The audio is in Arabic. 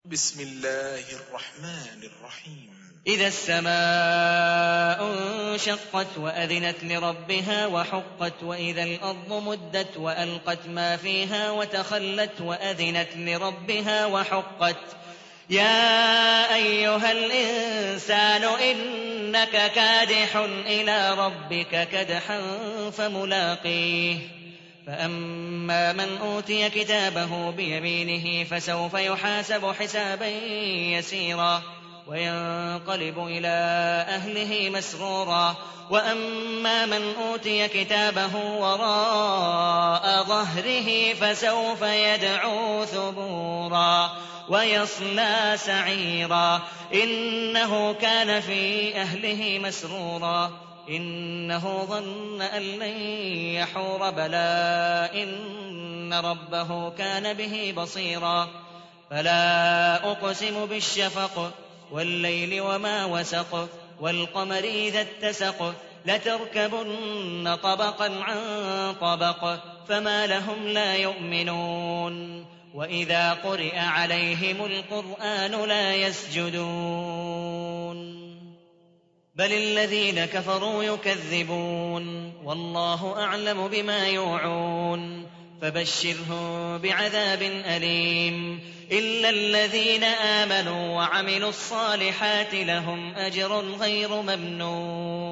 بسم الله الرحمن الرحيم. إذا السماء انشقت وأذنت لربها وحقت وإذا الأرض مدت وألقت ما فيها وتخلت وأذنت لربها وحقت يا أيها الإنسان إنك كادح إلى ربك كدحا فملاقيه فأما من أوتي كتابه بيمينه فسوف يحاسب حسابا يسيرا وينقلب إلى أهله مسرورا وأما من أوتي كتابه وراء ظهره فسوف يدعو ثبورا ويصلى سعيرا إنه كان في أهله مسرورا إنه ظن أن لن يحور بلى إن ربه كان به بصيرا فلا أقسم بالشفق والليل وما وسق والقمر إذا اتسق لتركبن طبقا عن طبق فما لهم لا يؤمنون وإذا قرئ عليهم القرآن لا يسجدون بل الذين كفروا يكذبون والله أعلم بما يوعون فبشرهم بعذاب أليم إلا الذين آمنوا وعملوا الصالحات لهم أجر غير ممنون